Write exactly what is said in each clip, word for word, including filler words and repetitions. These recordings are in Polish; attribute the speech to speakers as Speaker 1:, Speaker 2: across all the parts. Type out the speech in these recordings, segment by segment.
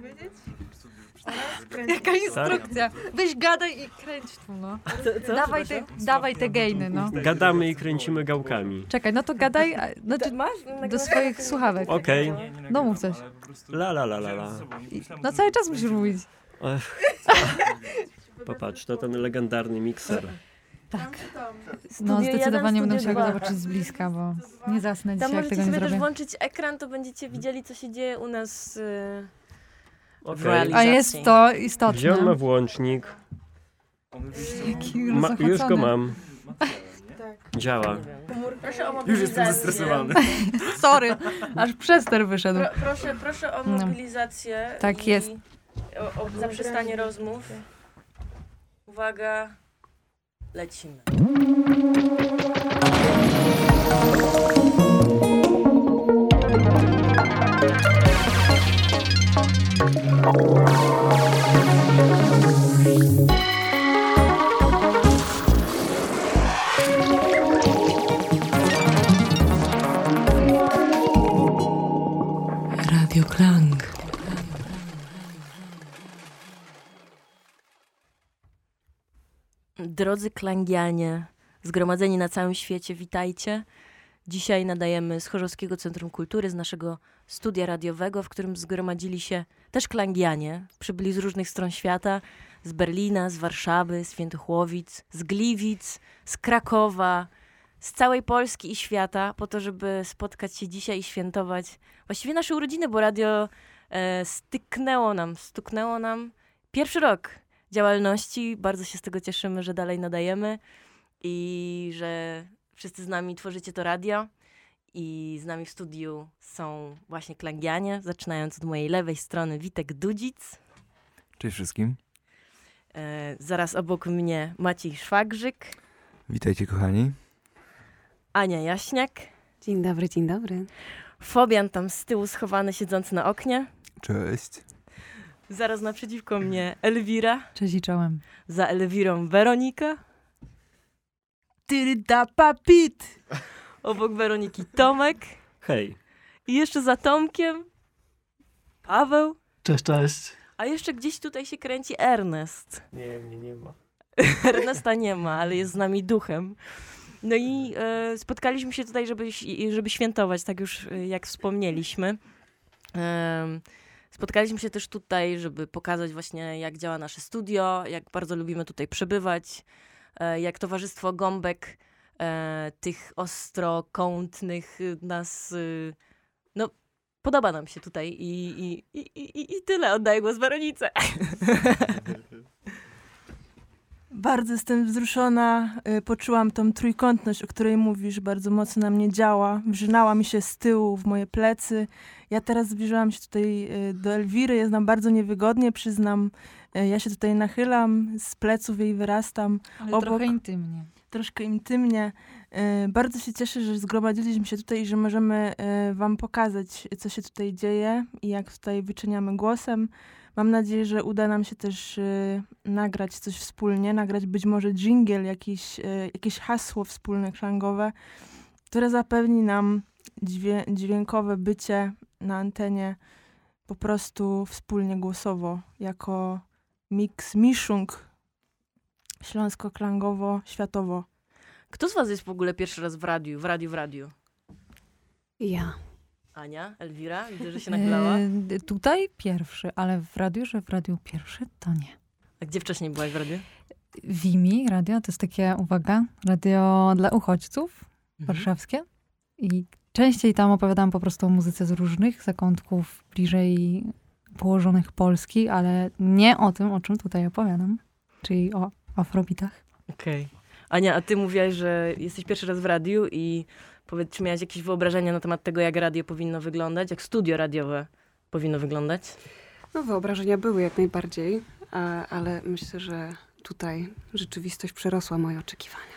Speaker 1: powiedzieć?
Speaker 2: Jaka instrukcja? Weź gadaj i kręć tu, no.
Speaker 3: Co, co?
Speaker 2: Dawaj te, dawaj te gejny, no.
Speaker 4: Gadamy i kręcimy gałkami.
Speaker 2: Czekaj, no to gadaj a, no,
Speaker 3: To
Speaker 2: ty,
Speaker 3: masz?
Speaker 2: do swoich słuchawek.
Speaker 4: Okej.
Speaker 2: No mów coś.
Speaker 4: La la la la la.
Speaker 2: No cały czas musisz mówić.
Speaker 4: Ech. Popatrz, to ten legendarny mikser.
Speaker 2: Tak. No
Speaker 3: Studio
Speaker 2: zdecydowanie
Speaker 3: jeden,
Speaker 2: będę musiała go
Speaker 3: studio dwa.
Speaker 2: zobaczyć z bliska, bo nie zasnę
Speaker 3: Tam
Speaker 2: dzisiaj, jak
Speaker 3: możecie
Speaker 2: tego nie
Speaker 3: sobie też
Speaker 2: zrobię.
Speaker 3: włączyć ekran, to będziecie widzieli, co się dzieje u nas yy, w
Speaker 4: Okej.
Speaker 3: realizacji.
Speaker 2: A jest to
Speaker 4: Gdzie on ma
Speaker 2: istotne.
Speaker 4: włącznik?
Speaker 2: Jaki
Speaker 4: Ma, już go
Speaker 2: rozachacony.
Speaker 4: mam.
Speaker 1: Tak.
Speaker 4: Działa.
Speaker 3: Proszę o
Speaker 5: Już
Speaker 3: mobilizację.
Speaker 5: jestem zestresowany.
Speaker 2: Sorry, aż przester wyszedł.
Speaker 3: Pro, proszę, proszę o
Speaker 2: No.
Speaker 3: mobilizację.
Speaker 2: Tak
Speaker 3: i
Speaker 2: jest.
Speaker 3: O, o zaprzestanie rozmów. Uwaga, lecimy. Radio Klang. Drodzy klangianie, zgromadzeni na całym świecie, witajcie. Dzisiaj nadajemy z Chorzowskiego Centrum Kultury, z naszego studia radiowego, w którym zgromadzili się też klangianie. Przybyli z różnych stron świata, z Berlina, z Warszawy, z Świętochłowic, z Gliwic, z Krakowa, z całej Polski i świata, po to, żeby spotkać się dzisiaj i świętować właściwie nasze urodziny, bo radio e, styknęło nam, stuknęło nam pierwszy rok działalności. Bardzo się z tego cieszymy, że dalej nadajemy i że wszyscy z nami tworzycie to radio. I z nami w studiu są właśnie klangianie, zaczynając od mojej lewej strony Witek Dudzic.
Speaker 5: Cześć wszystkim.
Speaker 3: E, zaraz obok mnie Maciej Szwagrzyk,
Speaker 5: Witajcie kochani.
Speaker 3: Ania Jaśniak,
Speaker 6: Dzień dobry, dzień dobry.
Speaker 3: Fobian tam z tyłu schowany, siedzący na oknie.
Speaker 5: Cześć.
Speaker 3: Zaraz naprzeciwko mnie Elwira,
Speaker 2: Cześć i czołem.
Speaker 3: za Elwirą Weronika. Tyryda papit! Obok Weroniki Tomek.
Speaker 4: Hej.
Speaker 3: I jeszcze za Tomkiem Paweł.
Speaker 7: Cześć, cześć.
Speaker 3: A jeszcze gdzieś tutaj się kręci Ernest.
Speaker 4: Nie, mnie nie ma.
Speaker 3: Ernesta nie ma, ale jest z nami duchem. No i e, spotkaliśmy się tutaj, żeby, żeby świętować, tak już e, jak wspomnieliśmy. E, spotkaliśmy się też tutaj, żeby pokazać właśnie, jak działa nasze studio, jak bardzo lubimy tutaj przebywać, e, jak Towarzystwo Gąbek, e, tych ostrokątnych nas, e, no podoba nam się tutaj i, i, i, i, i tyle. Oddaję głos Weronice.
Speaker 8: Bardzo jestem wzruszona, y, poczułam tą trójkątność, o której mówisz, bardzo mocno na mnie działa. Wrzynała mi się z tyłu w moje plecy. Ja teraz zbliżyłam się tutaj y, do Elwiry, jest nam bardzo niewygodnie, przyznam. Y, ja się tutaj nachylam, z pleców jej wyrastam.
Speaker 2: Ale
Speaker 8: Obok-
Speaker 2: trochę intymnie.
Speaker 8: Troszkę intymnie. Y, bardzo się cieszę, że zgromadziliśmy się tutaj i że możemy y, wam pokazać, co się tutaj dzieje i jak tutaj wyczyniamy głosem. Mam nadzieję, że uda nam się też y, nagrać coś wspólnie, nagrać być może dżingiel, jakiś, y, jakieś hasło wspólne klangowe, które zapewni nam dźwię- dźwiękowe bycie na antenie po prostu wspólnie głosowo, jako miks, miszung śląsko-klangowo-światowo.
Speaker 3: Kto z was jest w ogóle pierwszy raz w radiu, w radiu, w radiu?
Speaker 6: Ja.
Speaker 3: Ania, Elwira, widzę, że się nachylała.
Speaker 2: E, tutaj pierwszy, ale w radiu, że w radiu pierwszy, to nie.
Speaker 3: A gdzie wcześniej byłaś w radiu?
Speaker 2: Wimi radio to jest takie, uwaga, radio dla uchodźców
Speaker 3: Mhm.
Speaker 2: warszawskie. I częściej tam opowiadam po prostu o muzyce z różnych zakątków bliżej położonych Polski, ale nie o tym, o czym tutaj opowiadam, czyli o afrobitach.
Speaker 3: Okej. Ania, a ty mówiłaś, że jesteś pierwszy raz w radiu i powiedz, czy miałaś jakieś wyobrażenia na temat tego, jak radio powinno wyglądać, jak studio radiowe powinno wyglądać?
Speaker 6: No wyobrażenia były jak najbardziej, a, ale myślę, że tutaj rzeczywistość przerosła moje oczekiwania.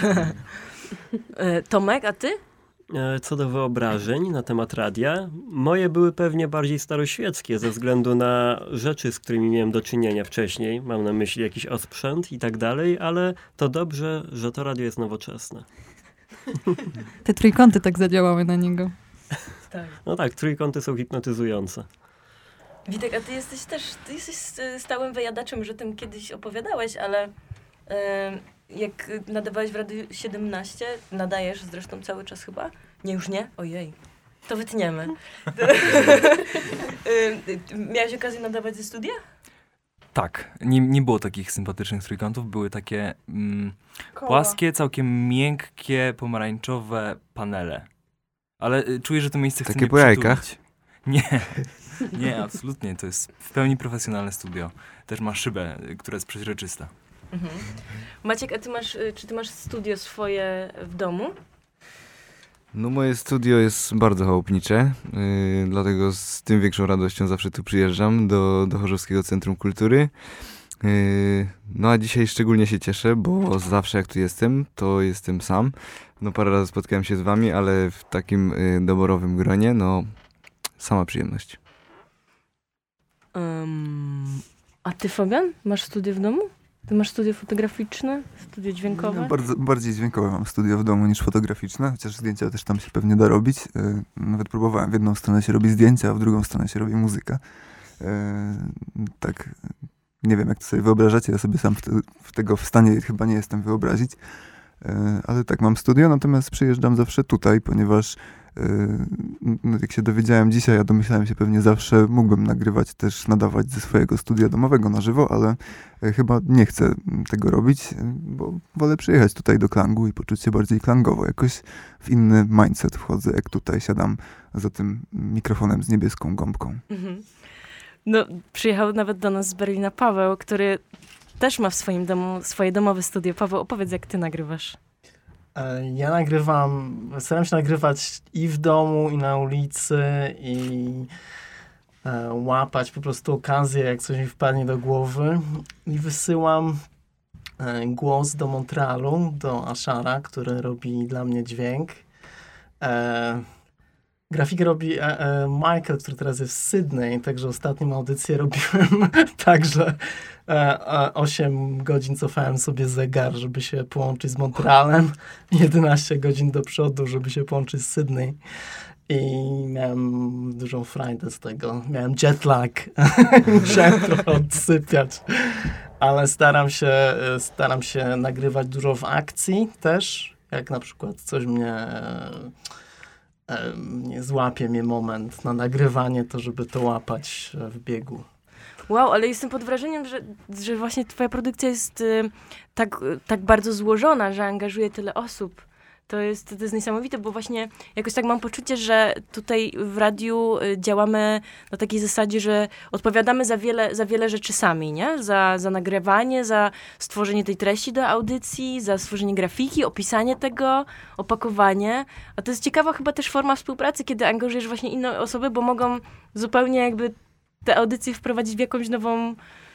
Speaker 3: E, Tomek, a ty?
Speaker 4: E, Co do wyobrażeń na temat radia, moje były pewnie bardziej staroświeckie ze względu na rzeczy, z którymi miałem do czynienia wcześniej. Mam na myśli jakiś osprzęt i tak dalej, ale to dobrze, że to radio jest nowoczesne.
Speaker 2: Te trójkąty tak zadziałały na niego.
Speaker 3: Tak.
Speaker 4: No tak, trójkąty są hipnotyzujące.
Speaker 3: Witek, a ty jesteś też, ty jesteś stałym wyjadaczem, że tym kiedyś opowiadałeś, ale e, jak nadawałeś w Radiu siedemnaście, nadajesz zresztą cały czas chyba? Nie, już nie? Ojej. To wytniemy. Miałeś okazję nadawać ze studia?
Speaker 5: Tak, nie, nie było takich sympatycznych trójkątów, były takie mm, płaskie, całkiem miękkie, pomarańczowe panele. Ale y, czuję, że to miejsce chce
Speaker 1: Takie
Speaker 5: mnie
Speaker 1: po jajkach?
Speaker 5: przytulić. Nie, nie, absolutnie. To jest w pełni profesjonalne studio. Też ma szybę, y, która jest przeźroczysta.
Speaker 3: Mhm. Maciek, a ty masz, y, czy ty masz studio swoje w domu?
Speaker 1: No moje studio jest bardzo chałupnicze, yy, dlatego z tym większą radością zawsze tu przyjeżdżam do, do Chorzowskiego Centrum Kultury. Yy, no a dzisiaj szczególnie się cieszę, bo zawsze jak tu jestem, to jestem sam. No parę razy spotkałem się z wami, ale w takim yy, doborowym gronie, no sama przyjemność.
Speaker 3: Um, a ty, Fabian, masz studio w domu? Ty masz studio fotograficzne, studio dźwiękowe?
Speaker 7: No, bardzo, bardziej dźwiękowe mam studio w domu niż fotograficzne, chociaż zdjęcia też tam się pewnie da robić. Yy, nawet próbowałem, w jedną stronę się robi zdjęcia, a w drugą stronę się robi muzyka. Yy, tak, nie wiem jak to sobie wyobrażacie, ja sobie sam w, te, w tego w stanie chyba nie jestem wyobrazić. Yy, ale tak, mam studio, natomiast przyjeżdżam zawsze tutaj, ponieważ Yy, jak się dowiedziałem dzisiaj, ja domyślałem się pewnie zawsze, mógłbym nagrywać też, nadawać ze swojego studia domowego na żywo, ale yy, chyba nie chcę tego robić, yy, bo wolę przyjechać tutaj do Klangu i poczuć się bardziej klangowo. Jakoś w inny mindset wchodzę, jak tutaj siadam za tym mikrofonem z niebieską gąbką.
Speaker 3: Mhm. No, przyjechał nawet do nas z Berlina Paweł, który też ma w swoim domu swoje domowe studio. Paweł, opowiedz, jak ty nagrywasz.
Speaker 9: Ja nagrywam, staram się nagrywać i w domu, i na ulicy, i e, łapać po prostu okazję, jak coś mi wpadnie do głowy. I wysyłam e, głos do Montrealu, do Ashara, który robi dla mnie dźwięk. E, grafikę robi e, e, Michael, który teraz jest w Sydney, także ostatnią audycję robiłem także e, osiem godzin cofałem sobie zegar, żeby się połączyć z Montrealem, jedenaście godzin do przodu, żeby się połączyć z Sydney. I miałem dużą frajdę z tego. Miałem jetlag. Musiałem trochę odsypiać. Ale staram się, staram się nagrywać dużo w akcji też. Jak na przykład coś mnie... nie złapie mnie moment na nagrywanie, to żeby to łapać w biegu.
Speaker 3: Wow, ale jestem pod wrażeniem, że, że właśnie twoja produkcja jest y, tak, y, tak bardzo złożona, że angażuje tyle osób. To jest, to jest niesamowite, bo właśnie jakoś tak mam poczucie, że tutaj w radiu y, działamy na takiej zasadzie, że odpowiadamy za wiele, za wiele rzeczy sami, nie? Za, za nagrywanie, za stworzenie tej treści do audycji, za stworzenie grafiki, opisanie tego, opakowanie. A to jest ciekawa chyba też forma współpracy, kiedy angażujesz właśnie inne osoby, bo mogą zupełnie jakby te audycje wprowadzić w jakąś nową,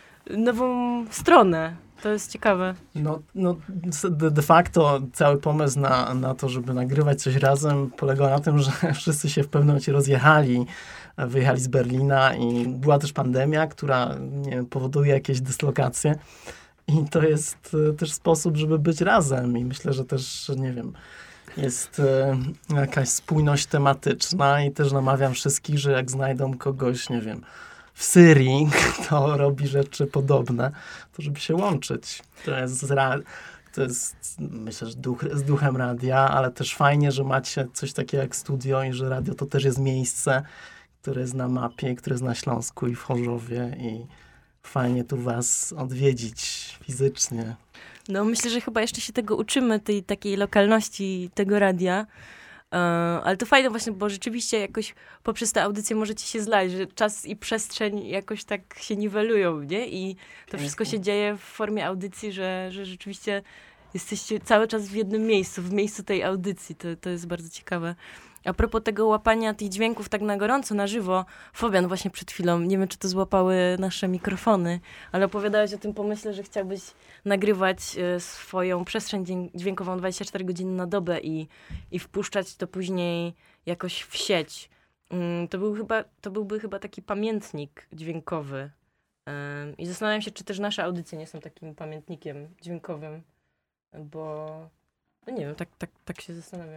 Speaker 3: nową stronę. To jest ciekawe.
Speaker 9: No, no de, de facto cały pomysł na, na to, żeby nagrywać coś razem polegał na tym, że wszyscy się w pewnym momencie rozjechali, wyjechali z Berlina i była też pandemia, która nie wiem, powoduje jakieś dyslokacje. I to jest też sposób, żeby być razem. I myślę, że też, nie wiem, jest e, jakaś spójność tematyczna i też namawiam wszystkich, że jak znajdą kogoś, nie wiem, w Syrii, kto robi rzeczy podobne, to żeby się łączyć. To jest, ra- to jest myślę, że duch, z duchem radia, ale też fajnie, że macie coś takiego jak studio i że radio to też jest miejsce, które jest na mapie, które jest na Śląsku i w Chorzowie i fajnie tu was odwiedzić fizycznie.
Speaker 3: No myślę, że chyba jeszcze się tego uczymy, tej takiej lokalności tego radia. Uh, ale to fajne właśnie, bo rzeczywiście jakoś poprzez tę audycję możecie się zlać, że czas i przestrzeń jakoś tak się niwelują, nie? I to wszystko się dzieje w formie audycji, że, że rzeczywiście jesteście cały czas w jednym miejscu, w miejscu tej audycji. To, to jest bardzo ciekawe. A propos tego łapania tych dźwięków tak na gorąco, na żywo, Fabian właśnie przed chwilą, nie wiem, czy to złapały nasze mikrofony, ale opowiadałeś o tym pomyśle, że chciałbyś nagrywać y, swoją przestrzeń dźwiękową dwadzieścia cztery godziny na dobę i, i wpuszczać to później jakoś w sieć. Ym, to, był chyba, to byłby chyba taki pamiętnik dźwiękowy. Ym, I zastanawiam się, czy też nasze audycje nie są takim pamiętnikiem dźwiękowym, bo no nie wiem, tak, tak, tak się zastanawiam.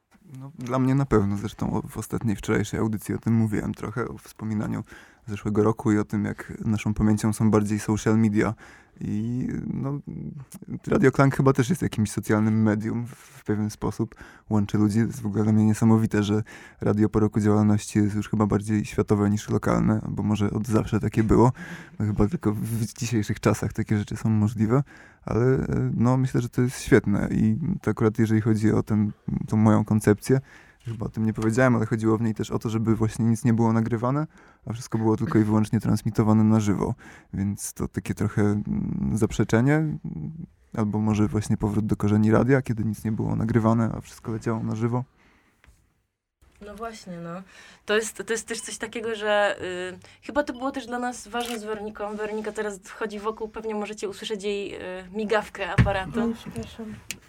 Speaker 7: No, dla mnie na pewno, zresztą o- w ostatniej wczorajszej audycji o tym mówiłem trochę, o wspominaniu zeszłego roku i o tym, jak naszą pamięcią są bardziej social media. I no, Radio Klang chyba też jest jakimś socjalnym medium w, w pewien sposób. Łączy ludzi. Jest w ogóle dla mnie niesamowite, że radio po roku działalności jest już chyba bardziej światowe niż lokalne, albo może od zawsze takie było. No, chyba tylko w dzisiejszych czasach takie rzeczy są możliwe, ale e, no, myślę, że to jest świetne i to akurat jeżeli chodzi o ten, tą moją koncepcję, chyba o tym nie powiedziałem, ale chodziło w niej też o to, żeby właśnie nic nie było nagrywane, a wszystko było tylko i wyłącznie transmitowane na żywo. Więc to takie trochę mm, zaprzeczenie, mm, albo może właśnie powrót do korzeni radia, kiedy nic nie było nagrywane, a wszystko leciało na żywo.
Speaker 3: No właśnie, no. To jest, to jest też coś takiego, że y, chyba to było też dla nas ważne z Weroniką. Weronika teraz chodzi wokół, pewnie możecie usłyszeć jej y, migawkę aparatu.
Speaker 8: Przepraszam.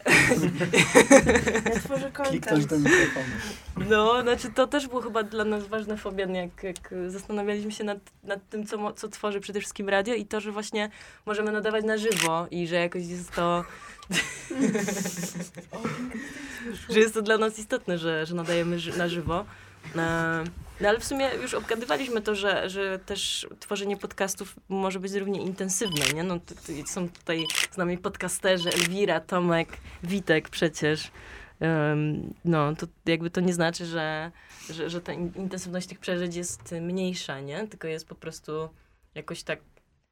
Speaker 8: Ja tworzę
Speaker 9: Kliknąć
Speaker 8: kontent.
Speaker 9: do mikrofonu.
Speaker 3: No, znaczy to też było chyba dla nas ważne Fabian, jak, jak zastanawialiśmy się nad, nad tym, co, mo- co tworzy przede wszystkim radio i to, że właśnie możemy nadawać na żywo i że jakoś jest to... że jest to dla nas istotne, że, że nadajemy ży- na żywo. E, No ale w sumie już obgadywaliśmy to, że, że też tworzenie podcastów może być równie intensywne, nie? No, t- t- są tutaj z nami podcasterzy, Elwira, Tomek, Witek przecież. Em, no, to jakby to nie znaczy, że, że, że ta in- intensywność tych przeżyć jest mniejsza, nie? Tylko jest po prostu jakoś tak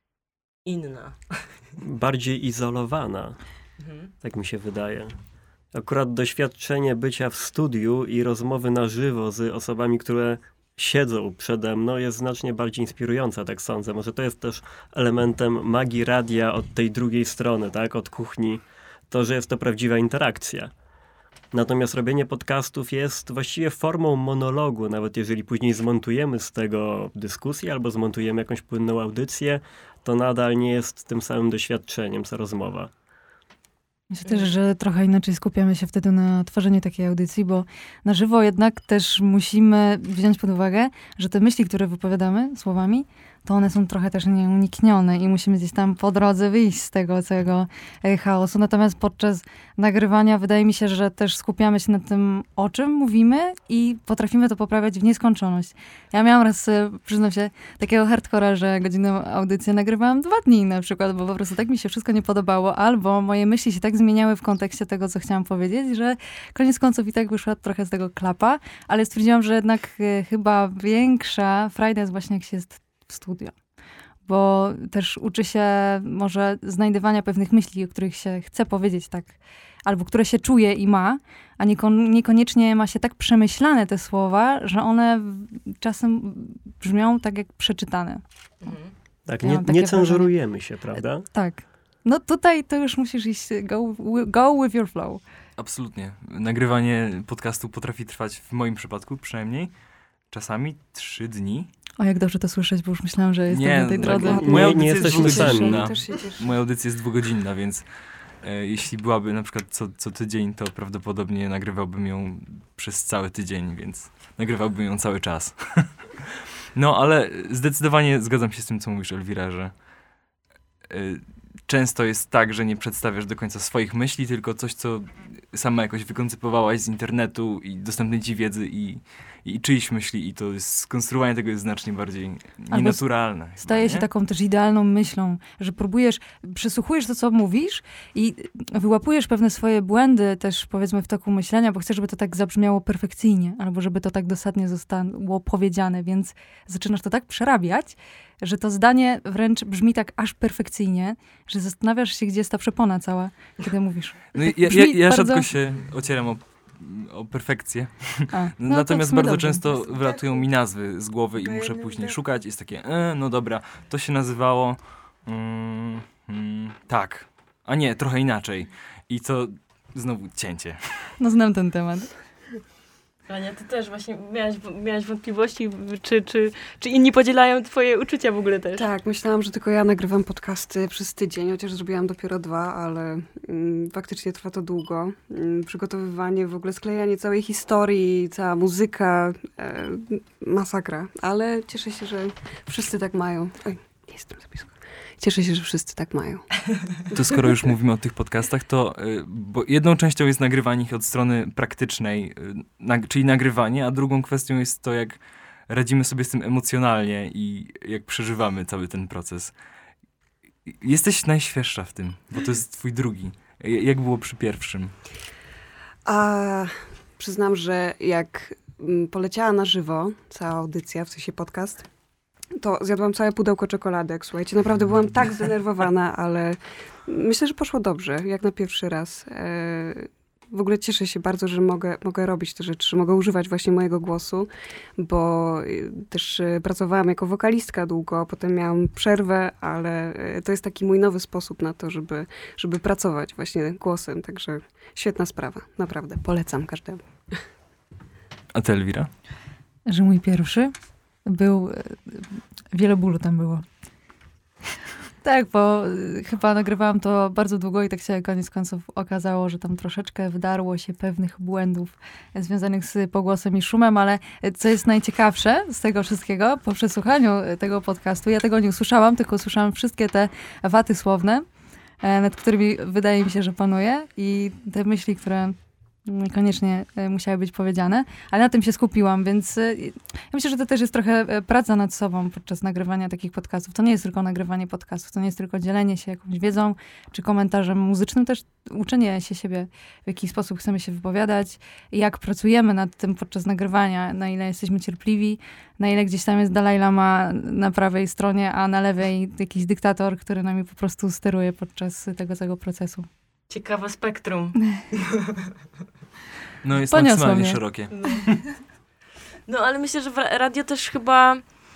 Speaker 3: inna.
Speaker 4: Bardziej izolowana,
Speaker 3: Mhm.
Speaker 4: tak mi się wydaje. Akurat doświadczenie bycia w studiu i rozmowy na żywo z osobami, które siedzą przede mną, jest znacznie bardziej inspirująca, tak sądzę. Może to jest też elementem magii radia od tej drugiej strony, tak, od kuchni, to, że jest to prawdziwa interakcja. Natomiast robienie podcastów jest właściwie formą monologu, nawet jeżeli później zmontujemy z tego dyskusję albo zmontujemy jakąś płynną audycję, to nadal nie jest tym samym doświadczeniem, co rozmowa.
Speaker 2: Myślę też, że trochę inaczej skupiamy się wtedy na tworzeniu takiej audycji, bo na żywo jednak też musimy wziąć pod uwagę, że te myśli, które wypowiadamy słowami, to one są trochę też nieuniknione i musimy gdzieś tam po drodze wyjść z tego całego e, chaosu. Natomiast podczas nagrywania wydaje mi się, że też skupiamy się na tym, o czym mówimy i potrafimy to poprawiać w nieskończoność. Ja miałam raz, e, przyznam się, takiego hardcora, że godzinną audycję nagrywałam dwa dni na przykład, bo po prostu tak mi się wszystko nie podobało, albo moje myśli się tak zmieniały w kontekście tego, co chciałam powiedzieć, że koniec końców i tak wyszła trochę z tego klapa, ale stwierdziłam, że jednak e, chyba większa frajda jest właśnie, jak się jest w studio. Bo też uczy się może znajdywania pewnych myśli, o których się chce powiedzieć tak, albo które się czuje i ma, a niekon- niekoniecznie ma się tak przemyślane te słowa, że one w- czasem brzmią tak jak przeczytane.
Speaker 3: Mhm.
Speaker 4: Tak,
Speaker 2: Ja
Speaker 4: nie,
Speaker 2: mam takie
Speaker 4: nie cenzurujemy się, prawda?
Speaker 2: Tak. No tutaj to już musisz iść, go, go with your flow.
Speaker 5: Absolutnie. Nagrywanie podcastu potrafi trwać, w moim przypadku przynajmniej, czasami trzy dni.
Speaker 2: O, jak dobrze to słyszeć, bo już myślałam, że jestem
Speaker 5: Nie,
Speaker 2: na tej
Speaker 5: tak,
Speaker 2: drodze.
Speaker 4: Nie-
Speaker 5: moja
Speaker 4: nie
Speaker 5: audycja jest
Speaker 4: jesteśmy sami.
Speaker 5: dwugodzinna.
Speaker 6: Też się cieszę.
Speaker 5: Moja audycja jest dwugodzinna, więc e, jeśli byłaby na przykład co, co tydzień, to prawdopodobnie nagrywałbym ją przez cały tydzień, więc nagrywałbym ją cały czas. No, ale zdecydowanie zgadzam się z tym, co mówisz, Elwira, że e, często jest tak, że nie przedstawiasz do końca swoich myśli, tylko coś, co sama jakoś wykoncypowałaś z internetu i dostępnej ci wiedzy i, i czyjś myśli i to jest, skonstruowanie tego jest znacznie bardziej nienaturalne. chyba,
Speaker 2: Staje się
Speaker 5: nie?
Speaker 2: taką też idealną myślą, że próbujesz, przysłuchujesz to, co mówisz i wyłapujesz pewne swoje błędy też, powiedzmy, w toku myślenia, bo chcesz, żeby to tak zabrzmiało perfekcyjnie, albo żeby to tak dosadnie zostało powiedziane, więc zaczynasz to tak przerabiać, że to zdanie wręcz brzmi tak aż perfekcyjnie, że zastanawiasz się, gdzie jest ta przepona cała, kiedy mówisz.
Speaker 5: No,
Speaker 2: Tak
Speaker 5: ja, ja,
Speaker 2: brzmi
Speaker 5: ja
Speaker 2: bardzo-
Speaker 5: rzadko się ocieram o, o perfekcję.
Speaker 2: A, no to
Speaker 5: Natomiast
Speaker 2: w sumie
Speaker 5: bardzo
Speaker 2: dobrze.
Speaker 5: często wylatują mi nazwy z głowy i
Speaker 6: To
Speaker 5: muszę
Speaker 6: jednym
Speaker 5: później
Speaker 6: zdechem.
Speaker 5: szukać. Jest takie, e, no dobra, to się nazywało mm, mm, tak, a nie, trochę inaczej. I to znowu cięcie.
Speaker 2: No znam ten temat.
Speaker 3: Ania, ty też właśnie miałaś, miałaś wątpliwości, czy, czy, czy inni podzielają twoje uczucia w ogóle też?
Speaker 6: Tak, myślałam, że tylko ja nagrywam podcasty przez tydzień, chociaż zrobiłam dopiero dwa, ale mm, faktycznie trwa to długo. Mm, przygotowywanie, w ogóle sklejanie całej historii, cała muzyka, e, masakra. Ale cieszę się, że wszyscy tak mają. Oj, nie jestem za blisko. cieszę się, że wszyscy tak mają.
Speaker 5: To skoro już mówimy o tych podcastach, to y, bo jedną częścią jest nagrywanie ich od strony praktycznej, y, nag, czyli nagrywanie, a drugą kwestią jest to, jak radzimy sobie z tym emocjonalnie i jak przeżywamy cały ten proces. Jesteś najświeższa w tym, bo to jest twój drugi. J- Jak było przy pierwszym?
Speaker 6: A przyznam, że jak mm, poleciała na żywo cała audycja, w sensie podcast, to zjadłam całe pudełko czekoladek. Słuchajcie, naprawdę byłam tak zdenerwowana, ale myślę, że poszło dobrze, jak na pierwszy raz. E, W ogóle cieszę się bardzo, że mogę, mogę robić te rzeczy, że mogę używać właśnie mojego głosu, bo y, też y, pracowałam jako wokalistka długo, potem miałam przerwę, ale y, to jest taki mój nowy sposób na to, żeby, żeby pracować właśnie głosem, także świetna sprawa, naprawdę, polecam każdemu.
Speaker 5: A ty, Elwira?
Speaker 2: Że mój pierwszy był... e, Wiele bólu tam było. Tak, bo y, chyba nagrywałam to bardzo długo i tak się koniec końców okazało, że tam troszeczkę wydarło się pewnych błędów e, związanych z pogłosem i szumem, ale e, co jest najciekawsze z tego wszystkiego, po przesłuchaniu e, tego podcastu, ja tego nie usłyszałam, tylko usłyszałam wszystkie te waty słowne, e, nad którymi wydaje mi się, że panuję i te myśli, które niekoniecznie e, musiały być powiedziane, ale na tym się skupiłam, więc e, ja myślę, że to też jest trochę e, praca nad sobą podczas nagrywania takich podcastów. To nie jest tylko nagrywanie podcastów, to nie jest tylko dzielenie się jakąś wiedzą czy komentarzem muzycznym, też uczenie się siebie, w jaki sposób chcemy się wypowiadać, jak pracujemy nad tym podczas nagrywania, na ile jesteśmy cierpliwi, na ile gdzieś tam jest Dalaj Lama na prawej stronie, a na lewej jakiś dyktator, który nami po prostu steruje podczas tego całego procesu.
Speaker 3: Ciekawe spektrum.
Speaker 5: No jest
Speaker 2: Poniosło
Speaker 5: maksymalnie
Speaker 2: mnie.
Speaker 5: szerokie.
Speaker 3: No. no, ale myślę, że w ra- radio też chyba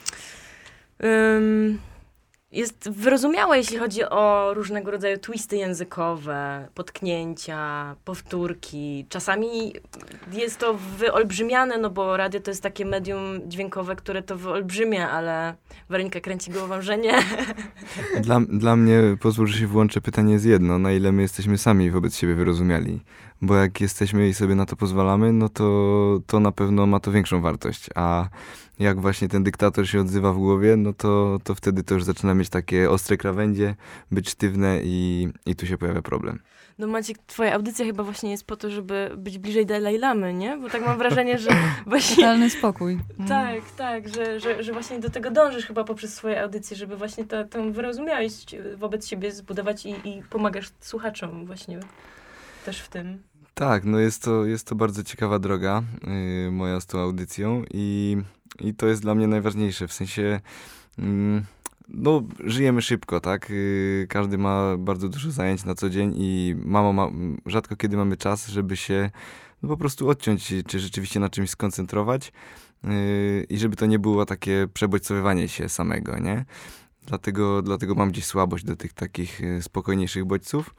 Speaker 3: ym, jest wyrozumiałe, jeśli chodzi o różnego rodzaju twisty językowe, potknięcia, powtórki. Czasami jest to wyolbrzymiane, no bo radio to jest takie medium dźwiękowe, które to wyolbrzymia, ale Weronika kręci głową, że nie.
Speaker 1: Dla, dla mnie, pozwól, że się włączę, pytanie jest jedno, na ile my jesteśmy sami wobec siebie wyrozumiali. Bo jak jesteśmy i sobie na to pozwalamy, no to, to na pewno ma to większą wartość. A jak właśnie ten dyktator się odzywa w głowie, no to, to wtedy to już zaczyna mieć takie ostre krawędzie, być sztywne i, i tu się pojawia problem.
Speaker 3: No Maciek, twoja audycja chyba właśnie jest po to, żeby być bliżej Dalaj Lamy, nie? Bo tak mam wrażenie, że właśnie...
Speaker 2: Totalny spokój.
Speaker 3: Tak, tak, że, że, że właśnie do tego dążysz chyba poprzez swoje audycje, żeby właśnie tę tę wyrozumiałość wobec siebie zbudować i, i pomagasz słuchaczom właśnie też w tym.
Speaker 1: Tak, no jest to, jest to bardzo ciekawa droga yy, moja z tą audycją i, i to jest dla mnie najważniejsze, w sensie yy, no żyjemy szybko, tak, yy, każdy ma bardzo dużo zajęć na co dzień i mamo ma, rzadko kiedy mamy czas, żeby się no, po prostu odciąć, czy rzeczywiście na czymś skoncentrować yy, i żeby to nie było takie przebodźcowywanie się samego, nie? Dlatego, dlatego mam gdzieś słabość do tych takich yy, spokojniejszych bodźców.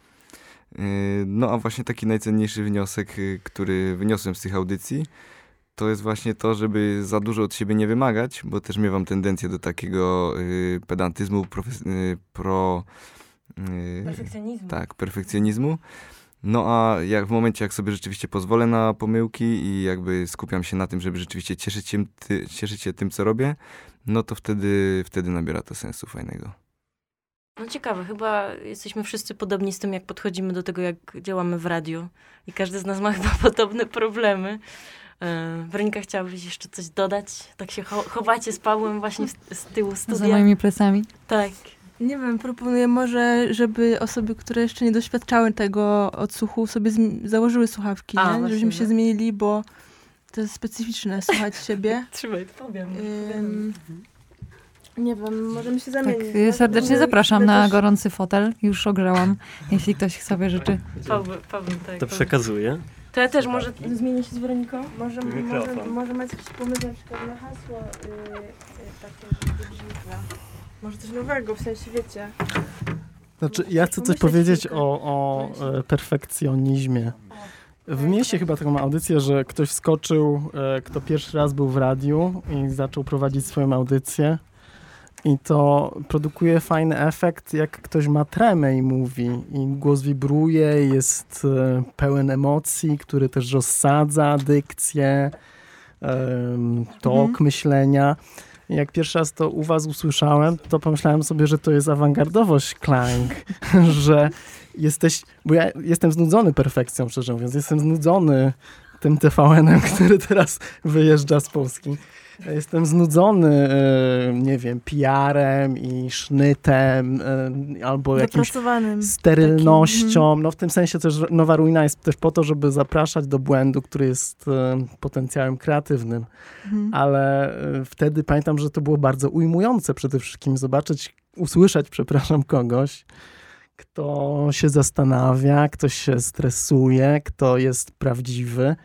Speaker 1: No a właśnie taki najcenniejszy wniosek, który wyniosłem z tych audycji, to jest właśnie to, żeby za dużo od siebie nie wymagać, bo też miewam tendencję do takiego y, pedantyzmu, profes- y, pro... Y,
Speaker 3: Perfekcjonizmu.
Speaker 1: tak, perfekcjonizmu. No a jak w momencie, jak sobie rzeczywiście pozwolę na pomyłki i jakby skupiam się na tym, żeby rzeczywiście cieszyć się, ty, cieszyć się tym, co robię, no to wtedy, wtedy nabiera to sensu fajnego.
Speaker 3: No ciekawe, chyba jesteśmy wszyscy podobni z tym, jak podchodzimy do tego, jak działamy w radiu. I każdy z nas ma chyba podobne problemy. Yy, Weronika, chciałabyś jeszcze coś dodać? Tak się cho- chowacie z Pawłem właśnie z, z tyłu studia.
Speaker 2: Za moimi plecami.
Speaker 3: Tak.
Speaker 8: Nie wiem, proponuję może, żeby osoby, które jeszcze nie doświadczały tego odsłuchu, sobie zmi- założyły słuchawki,
Speaker 3: A,
Speaker 8: nie?
Speaker 3: właśnie,
Speaker 8: Żebyśmy się
Speaker 3: no.
Speaker 8: zmienili, bo to jest specyficzne słuchać siebie.
Speaker 3: Trzymaj, powiem.
Speaker 8: Ym, nie wiem, możemy się
Speaker 2: Tak,
Speaker 8: zamienić.
Speaker 2: y, serdecznie
Speaker 8: Może
Speaker 2: zapraszam
Speaker 8: sobie
Speaker 2: na
Speaker 8: też-
Speaker 2: gorący fotel. Już ogrzałam, jeśli ktoś sobie życzy.
Speaker 3: Paweł, Paweł, tak.
Speaker 4: To
Speaker 3: Paweł.
Speaker 4: przekazuję.
Speaker 3: To ja też może zmienię się z Weroniką?
Speaker 8: Może,
Speaker 4: Mikrofon.
Speaker 8: może, może macie jakiś pomysł na przykład na hasło yy, yy, takie, żeby brzmiło. Może coś nowego, w sensie wiecie.
Speaker 9: Znaczy, ja chcę coś
Speaker 8: Pomyśleć
Speaker 9: powiedzieć
Speaker 8: tylko.
Speaker 9: o, o e, perfekcjonizmie. W mieście chyba taką ma audycję, że ktoś wskoczył, e, kto pierwszy raz był w radiu i zaczął prowadzić swoją audycję. I to produkuje fajny efekt, jak ktoś ma tremę i mówi. I głos wibruje, jest e, pełen emocji, który też rozsadza dykcję, em, tok
Speaker 2: Mhm.
Speaker 9: myślenia. I jak pierwszy raz to u was usłyszałem, to pomyślałem sobie, że to jest awangardowość Klang, że jesteś, bo ja jestem znudzony perfekcją, szczerze mówiąc, jestem znudzony tym T V N-em, który teraz wyjeżdża z Polski. Jestem znudzony, e, nie wiem, P R-em i sznytem, e, albo jakimś
Speaker 8: Dopracowanym.
Speaker 9: sterylnością.
Speaker 8: Takim,
Speaker 9: No w tym sensie też Nowa Ruina jest też po to, żeby zapraszać do błędu, który jest e, potencjałem kreatywnym.
Speaker 8: mhm.
Speaker 9: Ale e, wtedy pamiętam, że to było bardzo ujmujące przede wszystkim zobaczyć, usłyszeć, przepraszam, kogoś, kto się zastanawia, kto się stresuje, kto jest prawdziwy.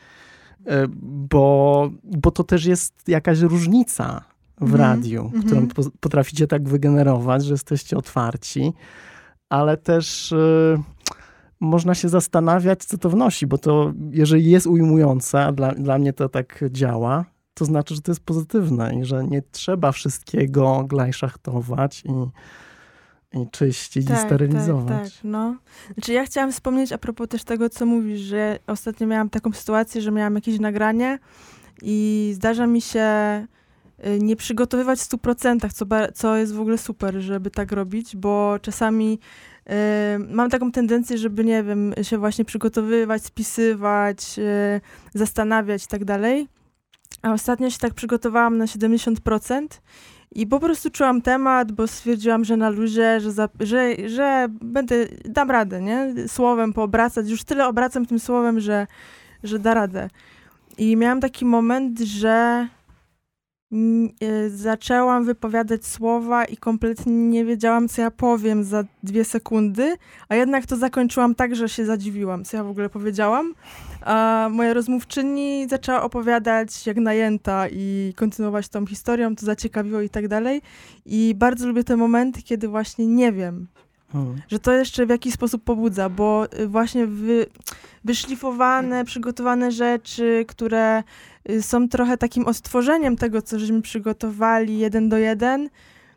Speaker 9: Bo, bo to też jest jakaś różnica w
Speaker 8: Mhm,
Speaker 9: radiu,
Speaker 8: mhm.
Speaker 9: którą po, potraficie tak wygenerować, że jesteście otwarci, ale też y, można się zastanawiać, co to wnosi, bo to jeżeli jest ujmujące, a dla, dla mnie to tak działa, to znaczy, że to jest pozytywne i że nie trzeba wszystkiego glajszachtować i I czyścić i sterylizować.
Speaker 8: Tak, tak, no. Znaczy ja chciałam wspomnieć a propos też tego, co mówisz, że ostatnio miałam taką sytuację, że miałam jakieś nagranie i zdarza mi się y, nie przygotowywać w stu procentach, co, ba- co jest w ogóle super, żeby tak robić, bo czasami y, mam taką tendencję, żeby, nie wiem, się właśnie przygotowywać, spisywać, y, zastanawiać i tak dalej. A ostatnio się tak przygotowałam na siedemdziesiąt procent i po prostu czułam temat, bo stwierdziłam, że na luzie, że, za, że, że będę, dam radę, nie? Słowem poobracać. Już tyle obracam tym słowem, że, że da radę. I miałam taki moment, że mm, y, zaczęłam wypowiadać słowa i kompletnie nie wiedziałam, co ja powiem za dwie sekundy, a jednak to zakończyłam tak, że się zadziwiłam, co ja w ogóle powiedziałam. A moja rozmówczyni zaczęła opowiadać jak najęta i kontynuować tą historią, to zaciekawiło i tak dalej. I bardzo lubię te momenty, kiedy właśnie nie wiem,
Speaker 9: Hmm.
Speaker 8: że to jeszcze w jakiś sposób pobudza, bo y, właśnie wy, wyszlifowane, przygotowane rzeczy, które y, są trochę takim odtworzeniem tego, co żeśmy przygotowali jeden do jeden,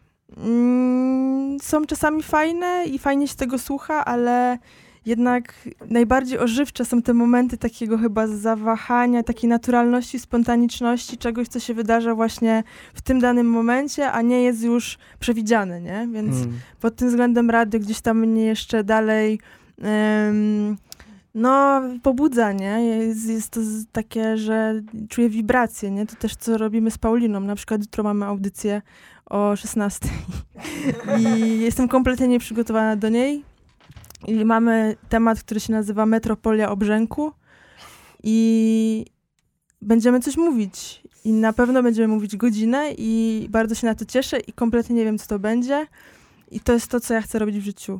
Speaker 8: mm, są czasami fajne i fajnie się tego słucha, ale jednak najbardziej ożywcze są te momenty takiego chyba zawahania, takiej naturalności, spontaniczności, czegoś, co się wydarza właśnie w tym danym momencie, a nie jest już przewidziane, nie? Więc
Speaker 9: Hmm.
Speaker 8: pod tym względem radio gdzieś tam mnie jeszcze dalej um, no pobudza, nie? Jest, jest to z- takie, że czuję wibracje, nie? To też co robimy z Pauliną. Na przykład jutro mamy audycję o szesnastej i jestem kompletnie nieprzygotowana do niej. I mamy temat, który się nazywa Metropolia Obrzęku i będziemy coś mówić. I na pewno będziemy mówić godzinę i bardzo się na to cieszę i kompletnie nie wiem, co to będzie. I to jest to, co ja chcę robić w życiu.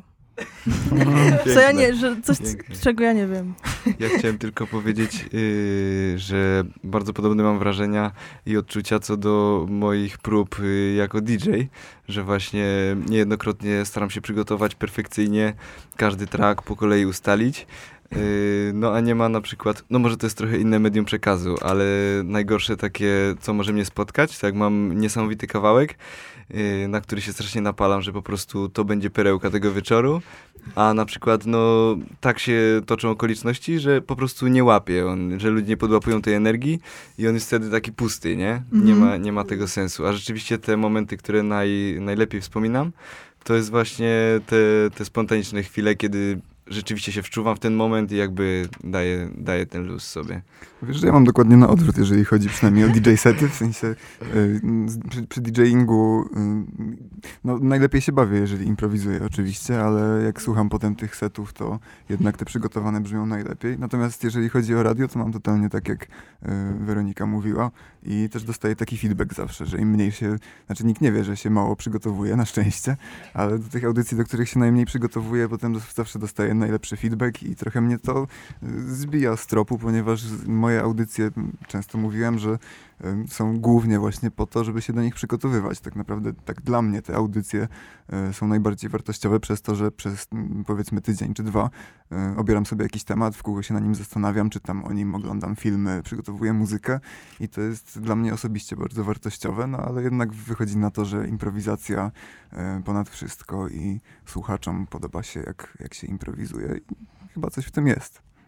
Speaker 8: Co ja nie, że coś,
Speaker 1: Piękne.
Speaker 8: czego ja nie wiem.
Speaker 1: Ja chciałem tylko powiedzieć, yy, że bardzo podobne mam wrażenia i odczucia co do moich prób yy, jako D J, że właśnie niejednokrotnie staram się przygotować perfekcyjnie, każdy track po kolei ustalić. Yy, no a nie ma na przykład, no może to jest trochę inne medium przekazu, ale najgorsze takie, co może mnie spotkać, tak mam niesamowity kawałek, yy, na który się strasznie napalam, że po prostu to będzie perełka tego wieczoru, a na przykład no tak się toczą okoliczności, że po prostu nie łapie on, że ludzie nie podłapują tej energii i on jest wtedy taki pusty, nie? Nie
Speaker 8: Mhm.
Speaker 1: ma, nie ma tego sensu, a rzeczywiście te momenty, które naj, najlepiej wspominam, to jest właśnie te, te spontaniczne chwile, kiedy rzeczywiście się wczuwam w ten moment i jakby daję, daję ten luz sobie.
Speaker 7: Wiesz, że ja mam dokładnie na odwrót, jeżeli chodzi przynajmniej o D J sety, w sensie y, z- przy, przy DJingu y, no, najlepiej się bawię, jeżeli improwizuję oczywiście, ale jak słucham potem tych setów, to jednak te przygotowane brzmią najlepiej. Natomiast jeżeli chodzi o radio, to mam totalnie tak, jak y, Weronika mówiła i też dostaję taki feedback zawsze, że im mniej się, znaczy nikt nie wie, że się mało przygotowuje, na szczęście, ale do tych audycji, do których się najmniej przygotowuję, potem dos- zawsze dostaję najlepszy feedback i trochę mnie to y, zbija z tropu, ponieważ z- moje audycje, m, często mówiłem, że y, są głównie właśnie po to, żeby się do nich przygotowywać. Tak naprawdę tak dla mnie te audycje y, są najbardziej wartościowe przez to, że przez m, powiedzmy tydzień czy dwa y, obieram sobie jakiś temat, w kółko się na nim zastanawiam, czytam o nim, oglądam filmy, przygotowuję muzykę i to jest dla mnie osobiście bardzo wartościowe, no ale jednak wychodzi na to, że improwizacja y, ponad wszystko i słuchaczom podoba się, jak, jak się improwizuje i chyba coś w tym jest.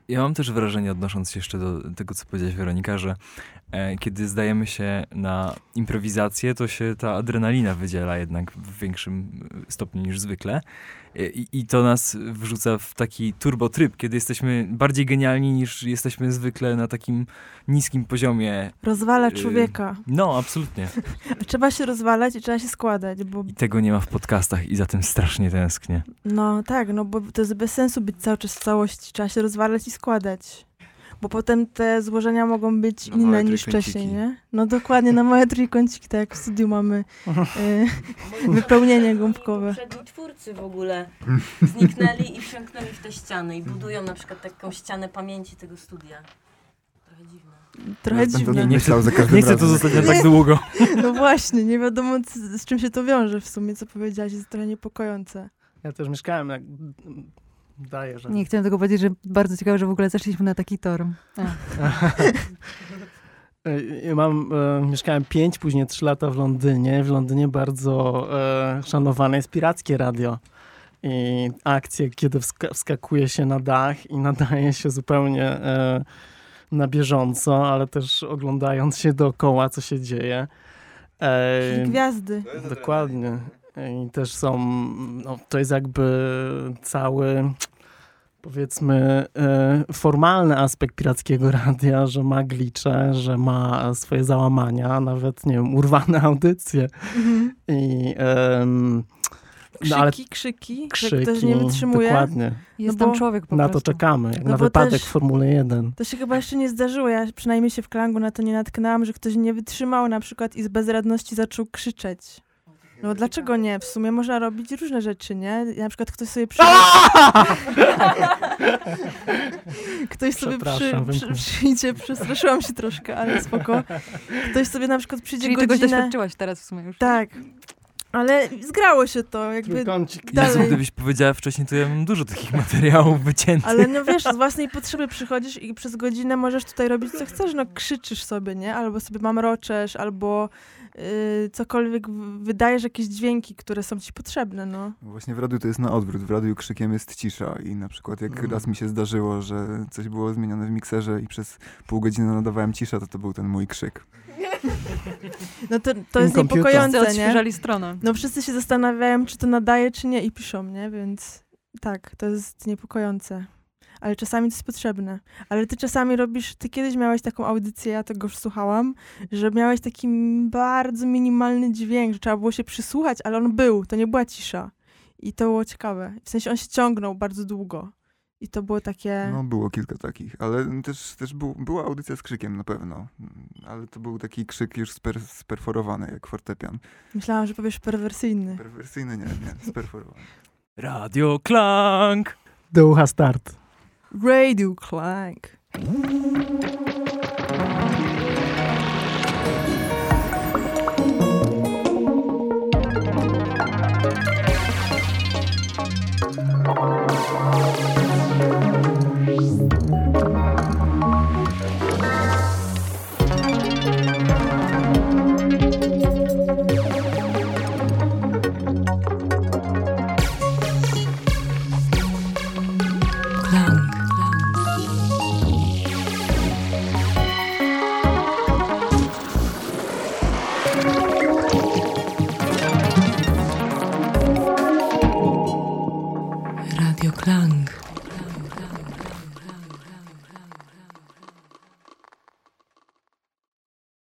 Speaker 5: Ja mam też wrażenie, odnosząc się jeszcze do tego, co powiedziałaś Weronika, że e, kiedy zdajemy się na improwizację, to się ta adrenalina wydziela jednak w większym stopniu niż zwykle. I, I to nas wrzuca w taki turbotryb, kiedy jesteśmy bardziej genialni niż jesteśmy zwykle na takim niskim poziomie.
Speaker 8: Rozwala
Speaker 5: Y,
Speaker 8: człowieka.
Speaker 5: No, absolutnie.
Speaker 8: Trzeba się rozwalać i trzeba się składać, bo
Speaker 5: I tego nie ma w podcastach i za tym strasznie tęsknię.
Speaker 8: no tak, no bo to jest bez sensu być cały czas w całości. Trzeba się rozwalać i składać. Bo potem te złożenia mogą być
Speaker 1: Na małe
Speaker 8: inne niż
Speaker 1: trójkąciki.
Speaker 8: wcześniej, nie? No dokładnie, na małe trójkąciki, tak jak w studiu mamy y, wypełnienie gąbkowe.
Speaker 3: Poprzedni twórcy w ogóle zniknęli i wsiąknęli w te ściany i budują na przykład taką ścianę pamięci tego studia. Trochę dziwne.
Speaker 8: Trochę
Speaker 7: Teraz będę
Speaker 8: dziwne.
Speaker 5: Nie
Speaker 7: myślał za każdym
Speaker 5: Nie chcę tu
Speaker 7: razem.
Speaker 5: zostać na tak długo.
Speaker 8: No właśnie, nie wiadomo z, z czym się to wiąże w sumie, co powiedziałaś, jest trochę niepokojące.
Speaker 9: Ja też mieszkałem, jak daję, że...
Speaker 2: Nie, chciałam tylko powiedzieć, że bardzo ciekawe, że w ogóle zeszliśmy na taki tor. A.
Speaker 9: Ja mam, e, mieszkałem pięć, później trzy lata w Londynie. W Londynie bardzo e, szanowane jest pirackie radio. I akcje, kiedy wska- wskakuje się na dach i nadaje się zupełnie e, na bieżąco, ale też oglądając się dookoła, co się dzieje. E,
Speaker 8: I gwiazdy.
Speaker 9: Dokładnie. I też są, no, to jest jakby cały, powiedzmy, e, formalny aspekt pirackiego radia, że ma glicze, że ma swoje załamania, nawet, nie wiem, urwane audycje.
Speaker 8: Mhm.
Speaker 9: I, em,
Speaker 8: Krzyki,
Speaker 9: no, ale
Speaker 8: krzyki,
Speaker 9: krzyki,
Speaker 8: że ktoś nie wytrzymuje.
Speaker 9: dokładnie.
Speaker 2: Jest
Speaker 8: No
Speaker 2: tam
Speaker 8: bo
Speaker 2: człowiek po
Speaker 9: Na to
Speaker 2: prostu.
Speaker 9: czekamy, jak
Speaker 8: No
Speaker 9: na
Speaker 8: bo
Speaker 9: wypadek
Speaker 8: też-
Speaker 9: w Formule jeden.
Speaker 8: To się chyba jeszcze nie zdarzyło. Ja przynajmniej się w Klangu na to nie natknęłam, że ktoś nie wytrzymał na przykład i z bezradności zaczął krzyczeć. No dlaczego nie? W sumie można robić różne rzeczy, nie? Na przykład ktoś sobie przy... Ktoś sobie przy,
Speaker 9: Przepraszam,
Speaker 8: przy,
Speaker 9: wymknę.
Speaker 8: przyjdzie, przestraszyłam się troszkę, ale spoko. Ktoś sobie na przykład przyjdzie
Speaker 2: Czyli czegoś
Speaker 8: godzinę...
Speaker 2: doświadczyłaś teraz w sumie już.
Speaker 8: Tak. Ale zgrało się to, jakby...
Speaker 9: Trójkącik.
Speaker 8: Dalej.
Speaker 5: Jezu, gdybyś powiedziała wcześniej, to ja mam dużo takich materiałów wyciętych.
Speaker 8: Ale no wiesz, z własnej potrzeby przychodzisz i przez godzinę możesz tutaj robić co chcesz, no krzyczysz sobie, nie? Albo sobie mamroczesz, albo yy, cokolwiek w- wydajesz jakieś dźwięki, które są ci potrzebne, no.
Speaker 7: Właśnie w radiu to jest na odwrót. W radiu krzykiem jest cisza i na przykład jak
Speaker 9: Mhm.
Speaker 7: raz mi się zdarzyło, że coś było zmienione w mikserze i przez pół godziny nadawałem cisza, to to był ten mój krzyk.
Speaker 8: No to, to jest
Speaker 9: Computer.
Speaker 2: Wszyscy
Speaker 8: niepokojące, nie?
Speaker 2: odświeżali stronę.
Speaker 8: No wszyscy się zastanawiają, czy to nadaje, czy nie i piszą, nie? Więc tak, to jest niepokojące. Ale czasami to jest potrzebne. Ale ty czasami robisz, ty kiedyś miałeś taką audycję, ja tego już słuchałam, że miałeś taki bardzo minimalny dźwięk, że trzeba było się przysłuchać, ale on był, to nie była cisza. I to było ciekawe. W sensie on się ciągnął bardzo długo. I to było takie...
Speaker 7: No było kilka takich, ale też, też był, była audycja z krzykiem na pewno. Ale to był taki krzyk już sper, sperforowany jak fortepian.
Speaker 8: Myślałam, że powiesz perwersyjny.
Speaker 7: Perwersyjny nie, nie, sperforowany.
Speaker 5: Radio Klank!
Speaker 9: Do ucha start.
Speaker 8: Radio Clank.
Speaker 10: Radio Klang.